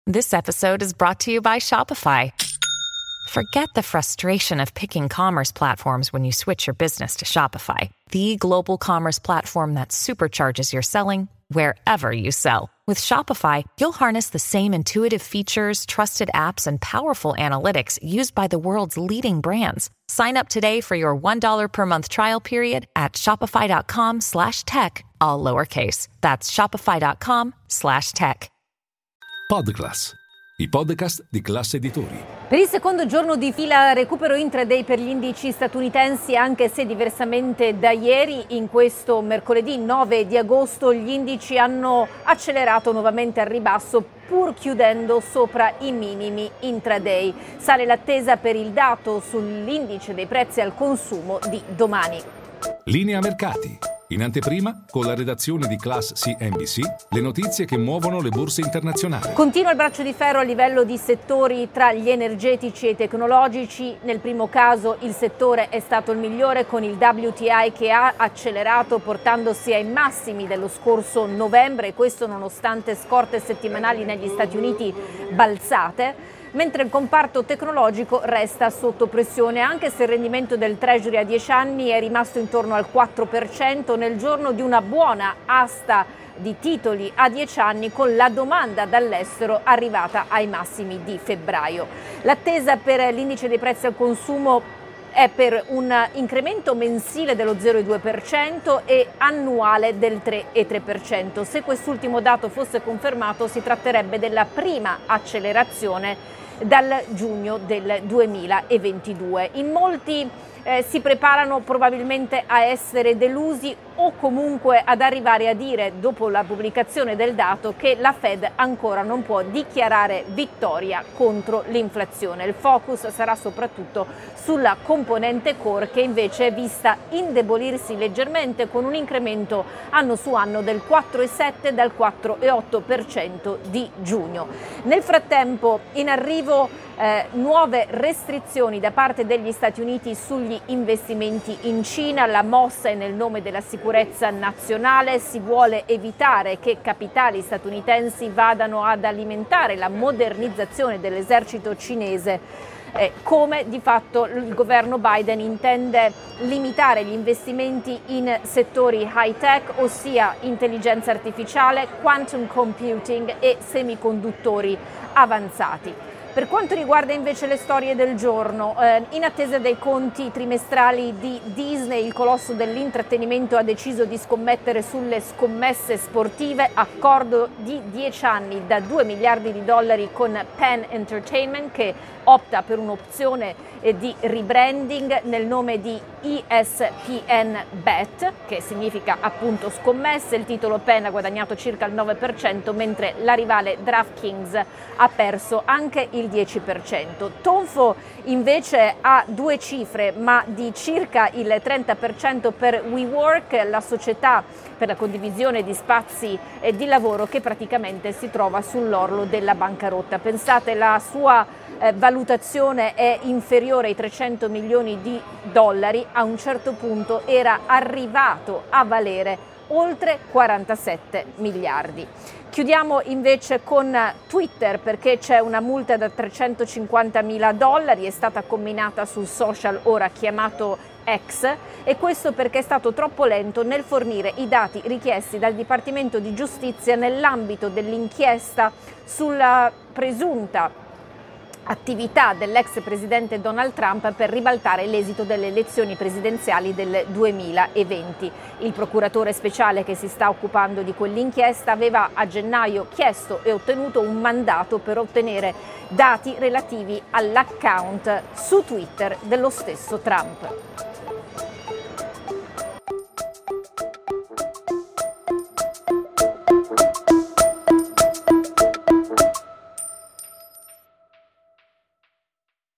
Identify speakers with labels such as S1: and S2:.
S1: This episode is brought to you by Shopify. Forget the frustration of picking commerce platforms when you switch your business to Shopify, the global commerce platform that supercharges your selling wherever you sell. With Shopify, you'll harness the same intuitive features, trusted apps, and powerful analytics used by the world's leading brands. Sign up today for your $1 per month trial period at shopify.com/tech, all lowercase. That's shopify.com/tech.
S2: Podclass, i podcast di Class Editori.
S3: Per il secondo giorno di fila recupero intraday per gli indici statunitensi, anche se diversamente da ieri. In questo mercoledì 9 di agosto gli indici hanno accelerato nuovamente al ribasso, pur chiudendo sopra i minimi intraday. Sale l'attesa per il dato sull'indice dei prezzi al consumo di domani.
S2: Linea mercati. In anteprima, con la redazione di Class CNBC, le notizie che muovono le borse internazionali.
S3: Continua il braccio di ferro a livello di settori tra gli energetici e i tecnologici. Nel primo caso il settore è stato il migliore, con il WTI che ha accelerato portandosi ai massimi dello scorso novembre, questo nonostante scorte settimanali negli Stati Uniti balzate. Mentre il comparto tecnologico resta sotto pressione, anche se il rendimento del Treasury a 10 anni è rimasto intorno al 4% nel giorno di una buona asta di titoli a 10 anni, con la domanda dall'estero arrivata ai massimi di febbraio. L'attesa per l'indice dei prezzi al consumo è per un incremento mensile dello 0,2% e annuale del 3,3%. Se quest'ultimo dato fosse confermato, si tratterebbe della prima accelerazione dal giugno del 2022. In molti si preparano probabilmente a essere delusi o comunque ad arrivare a dire, dopo la pubblicazione del dato, che la Fed ancora non può dichiarare vittoria contro l'inflazione. Il focus sarà soprattutto sulla componente core, che invece è vista indebolirsi leggermente, con un incremento anno su anno del 4,7 dal 4,8% di giugno. Nel frattempo in arrivo nuove restrizioni da parte degli Stati Uniti sugli investimenti in Cina. La mossa è nel nome della sicurezza nazionale. Si vuole evitare che capitali statunitensi vadano ad alimentare la modernizzazione dell'esercito cinese, come di fatto il governo Biden intende limitare gli investimenti in settori high tech, ossia intelligenza artificiale, quantum computing e semiconduttori avanzati. Per quanto riguarda invece le storie del giorno, in attesa dei conti trimestrali di Disney, il colosso dell'intrattenimento ha deciso di scommettere sulle scommesse sportive. Accordo di 10 anni da $2 miliardi con Penn Entertainment, che opta per un'opzione di rebranding nel nome di ESPN Bet, che significa appunto scommesse. Il titolo Penn ha guadagnato circa il 9%, mentre la rivale DraftKings ha perso anche il 10%. Tonfo invece ha due cifre, ma di circa il 30% per WeWork, la società per la condivisione di spazi di lavoro che praticamente si trova sull'orlo della bancarotta. Pensate, la sua valutazione è inferiore ai $300 milioni, a un certo punto era arrivato a valere oltre 47 miliardi. Chiudiamo invece con Twitter, perché c'è una multa da $350.000, è stata comminata sul social ora chiamato X, e questo perché è stato troppo lento nel fornire i dati richiesti dal Dipartimento di Giustizia nell'ambito dell'inchiesta sulla presunta attività dell'ex presidente Donald Trump per ribaltare l'esito delle elezioni presidenziali del 2020. Il procuratore speciale che si sta occupando di quell'inchiesta aveva a gennaio chiesto e ottenuto un mandato per ottenere dati relativi all'account su Twitter dello stesso Trump.